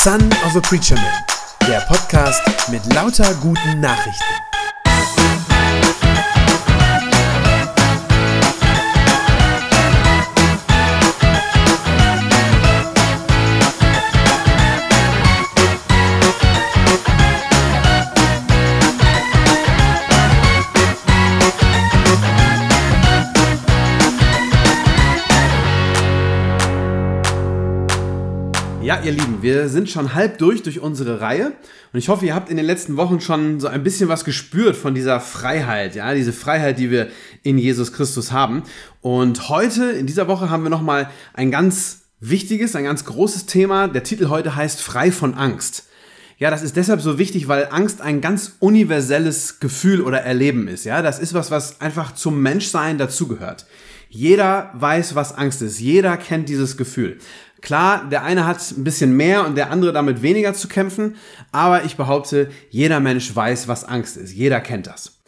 Son of a Preacher Man, der Podcast mit lauter guten Nachrichten. Ja, ihr Lieben, wir sind schon halb durch unsere Reihe und ich hoffe, ihr habt in den letzten Wochen schon so ein bisschen was gespürt von dieser Freiheit, ja, diese Freiheit, die wir in Jesus Christus haben. Und heute, in dieser Woche, haben wir nochmal ein ganz wichtiges, ein ganz großes Thema. Der Titel heute heißt Frei von Angst. Ja, das ist deshalb so wichtig, weil Angst ein ganz universelles Gefühl oder Erleben ist, ja. Das ist was einfach zum Menschsein dazugehört. Jeder weiß, was Angst ist. Jeder kennt dieses Gefühl. Klar, der eine hat ein bisschen mehr und der andere damit weniger zu kämpfen, aber ich behaupte, jeder Mensch weiß, was Angst ist. Jeder kennt das.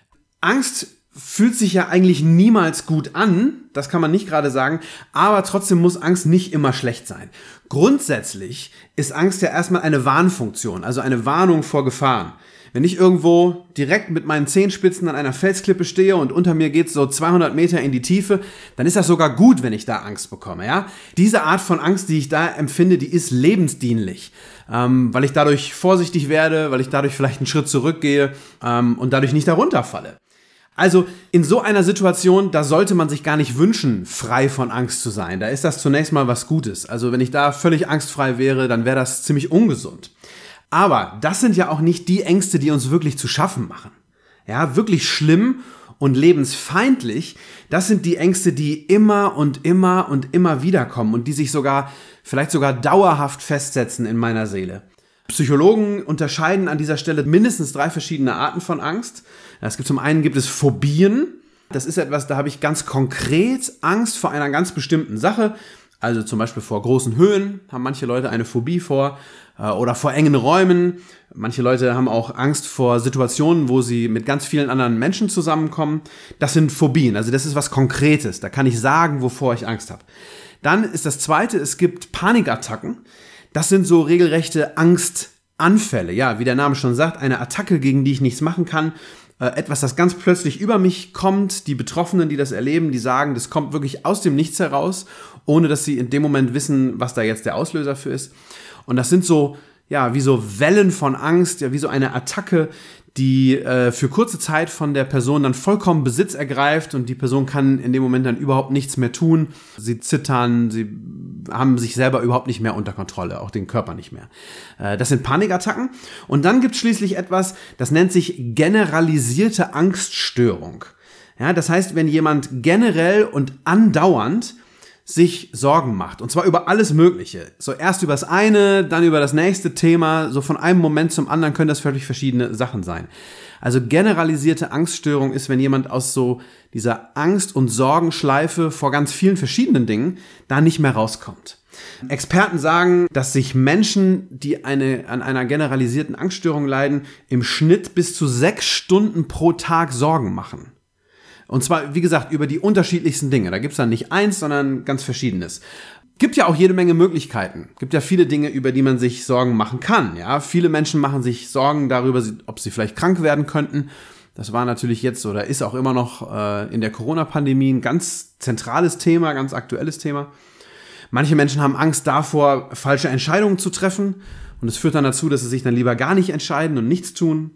Angst fühlt sich ja eigentlich niemals gut an, das kann man nicht gerade sagen, aber trotzdem muss Angst nicht immer schlecht sein. Grundsätzlich ist Angst ja erstmal eine Warnfunktion, also eine Warnung vor Gefahren. Wenn ich irgendwo direkt mit meinen Zehenspitzen an einer Felsklippe stehe und unter mir geht es so 200 Meter in die Tiefe, dann ist das sogar gut, wenn ich da Angst bekomme. Ja? Diese Art von Angst, die ich da empfinde, die ist lebensdienlich, weil ich dadurch vorsichtig werde, weil ich dadurch vielleicht einen Schritt zurückgehe und dadurch nicht darunter falle. Also in so einer Situation, da sollte man sich gar nicht wünschen, frei von Angst zu sein. Da ist das zunächst mal was Gutes. Also wenn ich da völlig angstfrei wäre, dann wäre das ziemlich ungesund. Aber das sind ja auch nicht die Ängste, die uns wirklich zu schaffen machen. Ja, wirklich schlimm und lebensfeindlich, das sind die Ängste, die immer und immer und immer wieder kommen und die sich vielleicht sogar dauerhaft festsetzen in meiner Seele. Psychologen unterscheiden an dieser Stelle mindestens 3 verschiedene Arten von Angst. Zum einen gibt es Phobien. Das ist etwas, da habe ich ganz konkret Angst vor einer ganz bestimmten Sache. Also zum Beispiel vor großen Höhen haben manche Leute eine Phobie vor oder vor engen Räumen. Manche Leute haben auch Angst vor Situationen, wo sie mit ganz vielen anderen Menschen zusammenkommen. Das sind Phobien, also das ist was Konkretes. Da kann ich sagen, wovor ich Angst habe. Dann ist das Zweite, es gibt Panikattacken. Das sind so regelrechte Angstanfälle. Ja, wie der Name schon sagt, eine Attacke, gegen die ich nichts machen kann. Etwas, das ganz plötzlich über mich kommt. Die Betroffenen, die das erleben, die sagen, das kommt wirklich aus dem Nichts heraus, ohne dass sie in dem Moment wissen, was da jetzt der Auslöser für ist. Und das sind so, ja, wie so Wellen von Angst, ja, wie so eine Attacke, die für kurze Zeit von der Person dann vollkommen Besitz ergreift und die Person kann in dem Moment dann überhaupt nichts mehr tun. Sie zittern, sie haben sich selber überhaupt nicht mehr unter Kontrolle, auch den Körper nicht mehr. Das sind Panikattacken. Und dann gibt es schließlich etwas, das nennt sich generalisierte Angststörung. Ja, das heißt, wenn jemand generell und andauernd sich Sorgen macht. Und zwar über alles Mögliche. So erst über das eine, dann über das nächste Thema. So von einem Moment zum anderen können das völlig verschiedene Sachen sein. Also generalisierte Angststörung ist, wenn jemand aus so dieser Angst- und Sorgenschleife vor ganz vielen verschiedenen Dingen da nicht mehr rauskommt. Experten sagen, dass sich Menschen, die an einer generalisierten Angststörung leiden, im Schnitt bis zu 6 Stunden pro Tag Sorgen machen. Und zwar, wie gesagt, über die unterschiedlichsten Dinge. Da gibt's dann nicht eins, sondern ganz Verschiedenes. Gibt ja auch jede Menge Möglichkeiten. Gibt ja viele Dinge, über die man sich Sorgen machen kann. Ja, viele Menschen machen sich Sorgen darüber, ob sie vielleicht krank werden könnten. Das war natürlich jetzt oder ist auch immer noch in der Corona-Pandemie ein ganz zentrales Thema, ganz aktuelles Thema. Manche Menschen haben Angst davor, falsche Entscheidungen zu treffen. Und es führt dann dazu, dass sie sich dann lieber gar nicht entscheiden und nichts tun.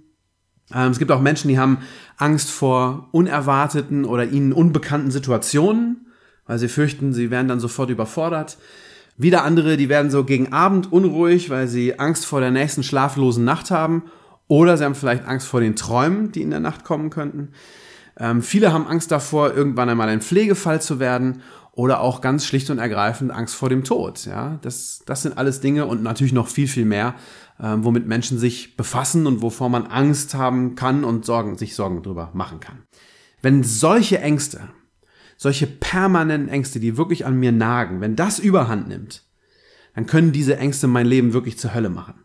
Es gibt auch Menschen, die haben Angst vor unerwarteten oder ihnen unbekannten Situationen, weil sie fürchten, sie werden dann sofort überfordert. Wieder andere, die werden so gegen Abend unruhig, weil sie Angst vor der nächsten schlaflosen Nacht haben. Oder sie haben vielleicht Angst vor den Träumen, die in der Nacht kommen könnten. Viele haben Angst davor, irgendwann einmal ein Pflegefall zu werden. Oder auch ganz schlicht und ergreifend Angst vor dem Tod. Ja, das sind alles Dinge und natürlich noch viel, viel mehr, womit Menschen sich befassen und wovor man Angst haben kann und sich Sorgen drüber machen kann. Wenn solche Ängste, solche permanenten Ängste, die wirklich an mir nagen, wenn das Überhand nimmt, dann können diese Ängste mein Leben wirklich zur Hölle machen.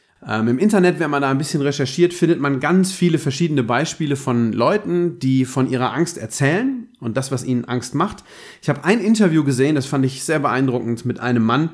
Im Internet, wenn man da ein bisschen recherchiert, findet man ganz viele verschiedene Beispiele von Leuten, die von ihrer Angst erzählen und das, was ihnen Angst macht. Ich habe ein Interview gesehen, das fand ich sehr beeindruckend, mit einem Mann,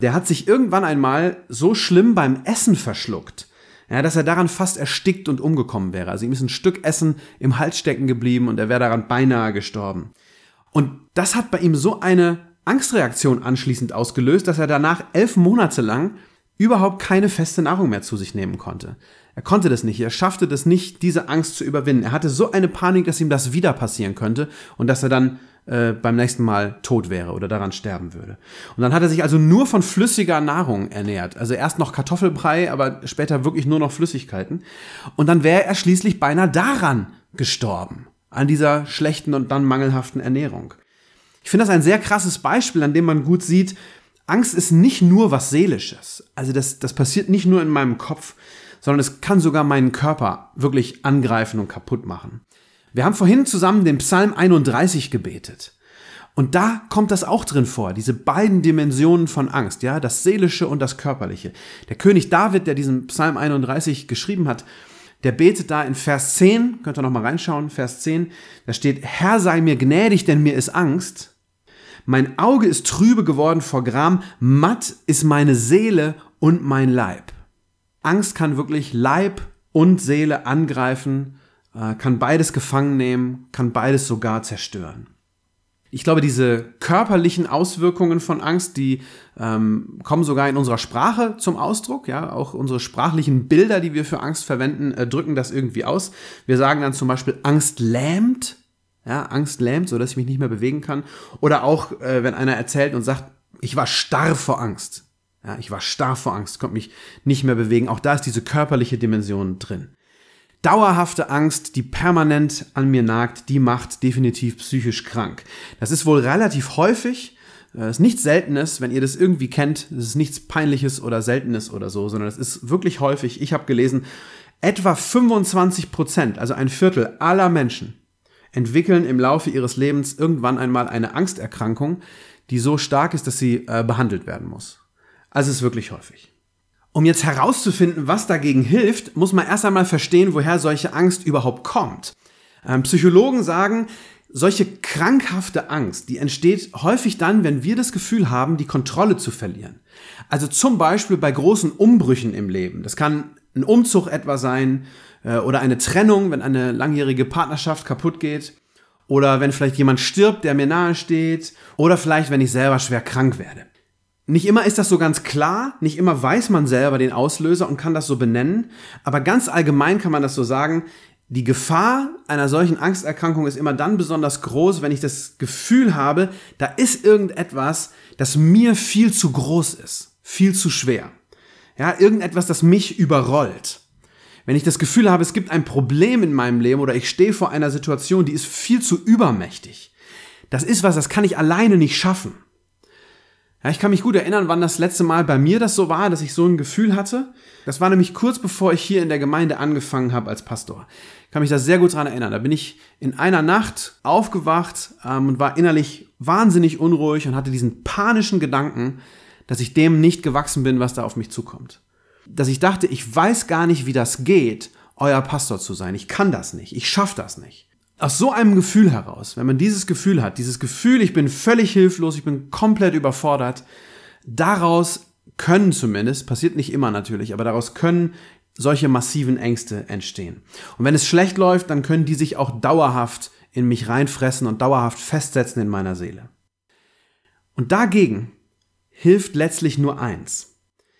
der hat sich irgendwann einmal so schlimm beim Essen verschluckt, ja, dass er daran fast erstickt und umgekommen wäre. Also ihm ist ein Stück Essen im Hals stecken geblieben und er wäre daran beinahe gestorben. Und das hat bei ihm so eine Angstreaktion anschließend ausgelöst, dass er danach 11 Monate lang überhaupt keine feste Nahrung mehr zu sich nehmen konnte. Er konnte das nicht, er schaffte das nicht, diese Angst zu überwinden. Er hatte so eine Panik, dass ihm das wieder passieren könnte und dass er dann beim nächsten Mal tot wäre oder daran sterben würde. Und dann hat er sich also nur von flüssiger Nahrung ernährt. Also erst noch Kartoffelbrei, aber später wirklich nur noch Flüssigkeiten. Und dann wäre er schließlich beinahe daran gestorben, an dieser schlechten und dann mangelhaften Ernährung. Ich finde das ein sehr krasses Beispiel, an dem man gut sieht, Angst ist nicht nur was Seelisches. Also das passiert nicht nur in meinem Kopf, sondern es kann sogar meinen Körper wirklich angreifen und kaputt machen. Wir haben vorhin zusammen den Psalm 31 gebetet. Und da kommt das auch drin vor, diese beiden Dimensionen von Angst, ja, das Seelische und das Körperliche. Der König David, der diesen Psalm 31 geschrieben hat, der betet da in Vers 10, könnt ihr noch mal reinschauen, Vers 10, da steht, Herr sei mir gnädig, denn mir ist Angst. Mein Auge ist trübe geworden vor Gram, matt ist meine Seele und mein Leib. Angst kann wirklich Leib und Seele angreifen, kann beides gefangen nehmen, kann beides sogar zerstören. Ich glaube, diese körperlichen Auswirkungen von Angst, die kommen sogar in unserer Sprache zum Ausdruck. Ja, auch unsere sprachlichen Bilder, die wir für Angst verwenden, drücken das irgendwie aus. Wir sagen dann zum Beispiel, Angst lähmt. Ja, Angst lähmt, so dass ich mich nicht mehr bewegen kann. Oder auch, wenn einer erzählt und sagt, ich war starr vor Angst. Ja, ich war starr vor Angst, konnte mich nicht mehr bewegen. Auch da ist diese körperliche Dimension drin. Dauerhafte Angst, die permanent an mir nagt, die macht definitiv psychisch krank. Das ist wohl relativ häufig, ist nichts Seltenes, wenn ihr das irgendwie kennt, das ist nichts Peinliches oder Seltenes oder so, sondern es ist wirklich häufig. Ich habe gelesen, etwa 25%, also ein Viertel aller Menschen, entwickeln im Laufe ihres Lebens irgendwann einmal eine Angsterkrankung, die so stark ist, dass sie behandelt werden muss. Also es ist wirklich häufig. Um jetzt herauszufinden, was dagegen hilft, muss man erst einmal verstehen, woher solche Angst überhaupt kommt. Psychologen sagen, solche krankhafte Angst, die entsteht häufig dann, wenn wir das Gefühl haben, die Kontrolle zu verlieren. Also zum Beispiel bei großen Umbrüchen im Leben. Das kann ein Umzug etwa sein oder eine Trennung, wenn eine langjährige Partnerschaft kaputt geht. Oder wenn vielleicht jemand stirbt, der mir nahe steht. Oder vielleicht, wenn ich selber schwer krank werde. Nicht immer ist das so ganz klar, nicht immer weiß man selber den Auslöser und kann das so benennen, aber ganz allgemein kann man das so sagen, die Gefahr einer solchen Angsterkrankung ist immer dann besonders groß, wenn ich das Gefühl habe, da ist irgendetwas, das mir viel zu groß ist, viel zu schwer. Ja, irgendetwas, das mich überrollt. Wenn ich das Gefühl habe, es gibt ein Problem in meinem Leben oder ich stehe vor einer Situation, die ist viel zu übermächtig. Das ist was, das kann ich alleine nicht schaffen. Ja, ich kann mich gut erinnern, wann das letzte Mal bei mir das so war, dass ich so ein Gefühl hatte. Das war nämlich kurz bevor ich hier in der Gemeinde angefangen habe als Pastor. Ich kann mich da sehr gut dran erinnern. Da bin ich in einer Nacht aufgewacht und war innerlich wahnsinnig unruhig und hatte diesen panischen Gedanken, dass ich dem nicht gewachsen bin, was da auf mich zukommt. Dass ich dachte, ich weiß gar nicht, wie das geht, euer Pastor zu sein. Ich kann das nicht. Ich schaffe das nicht. Aus so einem Gefühl heraus, wenn man dieses Gefühl hat, dieses Gefühl, ich bin völlig hilflos, ich bin komplett überfordert, daraus können zumindest, passiert nicht immer natürlich, aber daraus können solche massiven Ängste entstehen. Und wenn es schlecht läuft, dann können die sich auch dauerhaft in mich reinfressen und dauerhaft festsetzen in meiner Seele. Und dagegen hilft letztlich nur eins.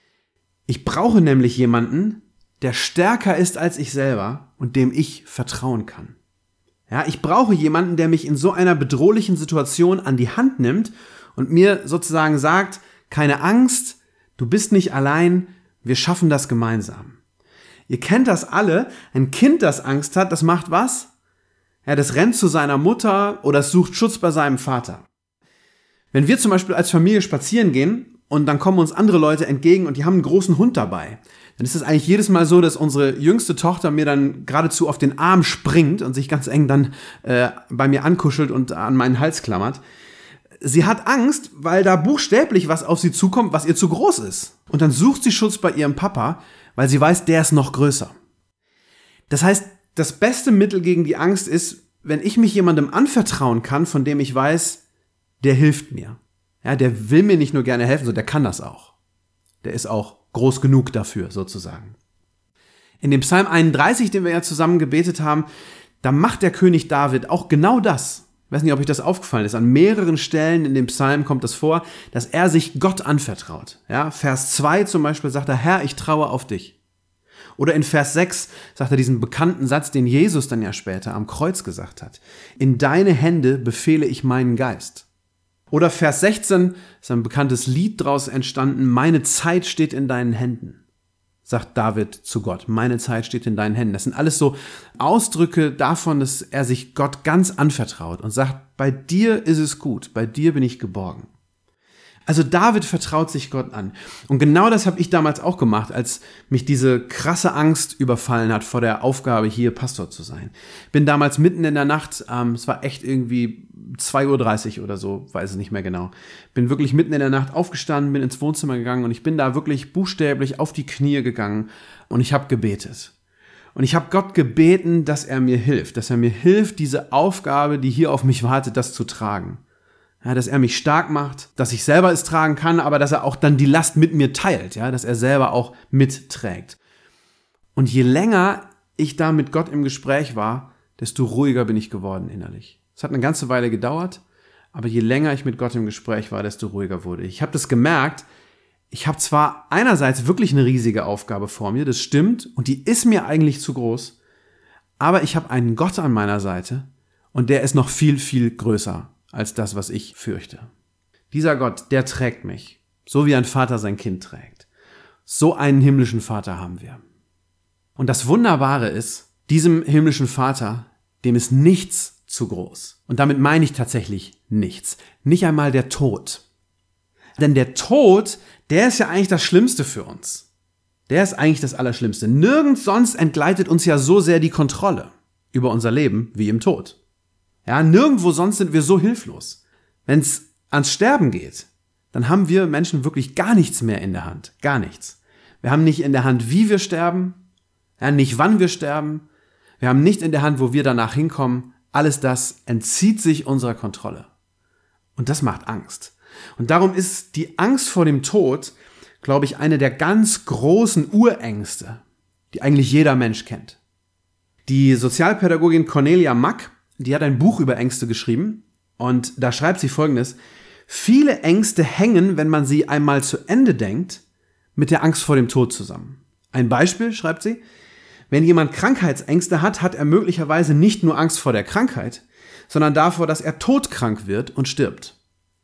Ich brauche nämlich jemanden, der stärker ist als ich selber und dem ich vertrauen kann. Ja, ich brauche jemanden, der mich in so einer bedrohlichen Situation an die Hand nimmt und mir sozusagen sagt, keine Angst, du bist nicht allein, wir schaffen das gemeinsam. Ihr kennt das alle, ein Kind, das Angst hat, das macht was? Ja, das rennt zu seiner Mutter oder es sucht Schutz bei seinem Vater. Wenn wir zum Beispiel als Familie spazieren gehen und dann kommen uns andere Leute entgegen und die haben einen großen Hund dabei, dann ist es eigentlich jedes Mal so, dass unsere jüngste Tochter mir dann geradezu auf den Arm springt und sich ganz eng dann bei mir ankuschelt und an meinen Hals klammert. Sie hat Angst, weil da buchstäblich was auf sie zukommt, was ihr zu groß ist. Und dann sucht sie Schutz bei ihrem Papa, weil sie weiß, der ist noch größer. Das heißt, das beste Mittel gegen die Angst ist, wenn ich mich jemandem anvertrauen kann, von dem ich weiß, der hilft mir. Ja, der will mir nicht nur gerne helfen, sondern der kann das auch. der ist auch groß genug dafür sozusagen. In dem Psalm 31, den wir ja zusammen gebetet haben, da macht der König David auch genau das. Ich weiß nicht, ob euch das aufgefallen ist. An mehreren Stellen in dem Psalm kommt es vor, dass er sich Gott anvertraut. Ja, Vers 2 zum Beispiel sagt er, Herr, ich traue auf dich. Oder in Vers 6 sagt er diesen bekannten Satz, den Jesus dann ja später am Kreuz gesagt hat. In deine Hände befehle ich meinen Geist. Oder Vers 16 ist ein bekanntes Lied daraus entstanden, meine Zeit steht in deinen Händen, sagt David zu Gott. Meine Zeit steht in deinen Händen. Das sind alles so Ausdrücke davon, dass er sich Gott ganz anvertraut und sagt, bei dir ist es gut, bei dir bin ich geborgen. Also David vertraut sich Gott an. Und genau das habe ich damals auch gemacht, als mich diese krasse Angst überfallen hat vor der Aufgabe, hier Pastor zu sein. Bin damals mitten in der Nacht, es war echt irgendwie 2:30 Uhr oder so, weiß es nicht mehr genau. Bin wirklich mitten in der Nacht aufgestanden, bin ins Wohnzimmer gegangen und ich bin da wirklich buchstäblich auf die Knie gegangen und ich habe gebetet. Und ich habe Gott gebeten, dass er mir hilft, diese Aufgabe, die hier auf mich wartet, das zu tragen. Ja, dass er mich stark macht, dass ich selber es tragen kann, aber dass er auch dann die Last mit mir teilt, ja, dass er selber auch mitträgt. Und je länger ich da mit Gott im Gespräch war, desto ruhiger bin ich geworden innerlich. Es hat eine ganze Weile gedauert, aber je länger ich mit Gott im Gespräch war, desto ruhiger wurde ich. Ich habe das gemerkt, ich habe zwar einerseits wirklich eine riesige Aufgabe vor mir, das stimmt, und die ist mir eigentlich zu groß, aber ich habe einen Gott an meiner Seite und der ist noch viel, viel größer als das, was ich fürchte. Dieser Gott, der trägt mich, so wie ein Vater sein Kind trägt. So einen himmlischen Vater haben wir. Und das Wunderbare ist, diesem himmlischen Vater, dem ist nichts zu groß. Und damit meine ich tatsächlich nichts. Nicht einmal der Tod. Denn der Tod, der ist ja eigentlich das Schlimmste für uns. Der ist eigentlich das Allerschlimmste. Nirgends sonst entgleitet uns ja so sehr die Kontrolle über unser Leben wie im Tod. Ja, nirgendwo sonst sind wir so hilflos. Wenn es ans Sterben geht, dann haben wir Menschen wirklich gar nichts mehr in der Hand. Gar nichts. Wir haben nicht in der Hand, wie wir sterben, ja, nicht wann wir sterben. Wir haben nicht in der Hand, wo wir danach hinkommen. Alles das entzieht sich unserer Kontrolle. Und das macht Angst. Und darum ist die Angst vor dem Tod, glaube ich, eine der ganz großen Urängste, die eigentlich jeder Mensch kennt. Die Sozialpädagogin Cornelia Mack, die hat ein Buch über Ängste geschrieben und da schreibt sie Folgendes: Viele Ängste hängen, wenn man sie einmal zu Ende denkt, mit der Angst vor dem Tod zusammen. Ein Beispiel, schreibt sie: Wenn jemand Krankheitsängste hat, hat er möglicherweise nicht nur Angst vor der Krankheit, sondern davor, dass er todkrank wird und stirbt.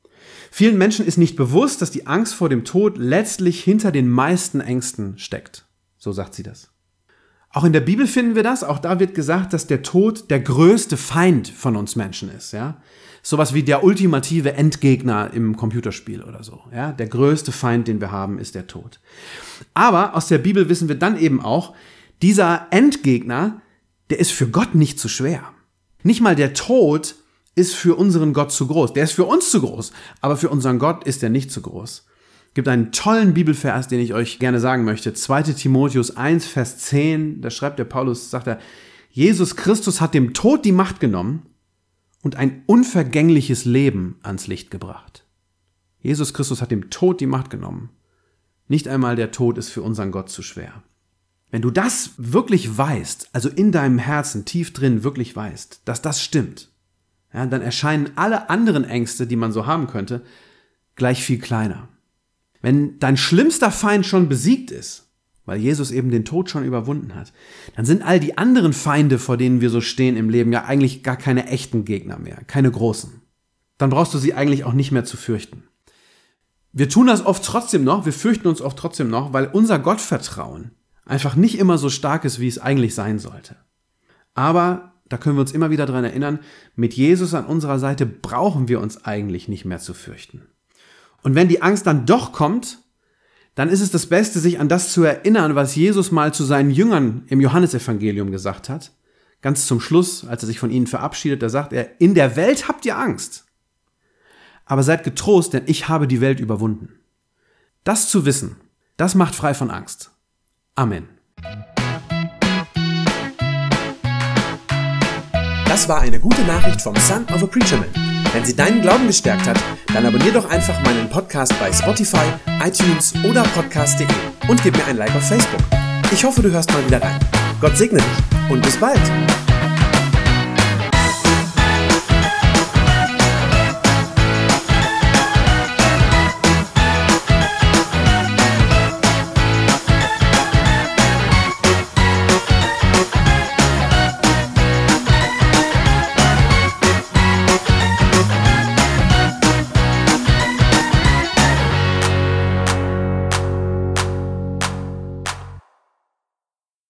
Vielen Menschen ist nicht bewusst, dass die Angst vor dem Tod letztlich hinter den meisten Ängsten steckt. So sagt sie das. Auch in der Bibel finden wir das. Auch da wird gesagt, dass der Tod der größte Feind von uns Menschen ist. Ja? Sowas wie der ultimative Endgegner im Computerspiel oder so. Ja? Der größte Feind, den wir haben, ist der Tod. Aber aus der Bibel wissen wir dann eben auch, dieser Endgegner, der ist für Gott nicht zu schwer. Nicht mal der Tod ist für unseren Gott zu groß. Der ist für uns zu groß, aber für unseren Gott ist er nicht zu groß. Es gibt einen tollen Bibelvers, den ich euch gerne sagen möchte. 2. Timotheus 1, Vers 10, da schreibt der Paulus, sagt er, Jesus Christus hat dem Tod die Macht genommen und ein unvergängliches Leben ans Licht gebracht. Jesus Christus hat dem Tod die Macht genommen. Nicht einmal der Tod ist für unseren Gott zu schwer. Wenn du das wirklich weißt, also in deinem Herzen tief drin wirklich weißt, dass das stimmt, ja, dann erscheinen alle anderen Ängste, die man so haben könnte, gleich viel kleiner. Wenn dein schlimmster Feind schon besiegt ist, weil Jesus eben den Tod schon überwunden hat, dann sind all die anderen Feinde, vor denen wir so stehen im Leben, ja eigentlich gar keine echten Gegner mehr, keine großen. Dann brauchst du sie eigentlich auch nicht mehr zu fürchten. Wir tun das oft trotzdem noch, wir fürchten uns oft trotzdem noch, weil unser Gottvertrauen einfach nicht immer so stark ist, wie es eigentlich sein sollte. Aber da können wir uns immer wieder dran erinnern, mit Jesus an unserer Seite brauchen wir uns eigentlich nicht mehr zu fürchten. Und wenn die Angst dann doch kommt, dann ist es das Beste, sich an das zu erinnern, was Jesus mal zu seinen Jüngern im Johannesevangelium gesagt hat. Ganz zum Schluss, als er sich von ihnen verabschiedet, da sagt er, in der Welt habt ihr Angst. Aber seid getrost, denn ich habe die Welt überwunden. Das zu wissen, das macht frei von Angst. Amen. Das war eine gute Nachricht vom Son of a Preacher Man. Wenn sie deinen Glauben gestärkt hat, dann abonnier doch einfach meinen Podcast bei Spotify, iTunes oder podcast.de und gib mir ein Like auf Facebook. Ich hoffe, du hörst mal wieder rein. Gott segne dich und bis bald.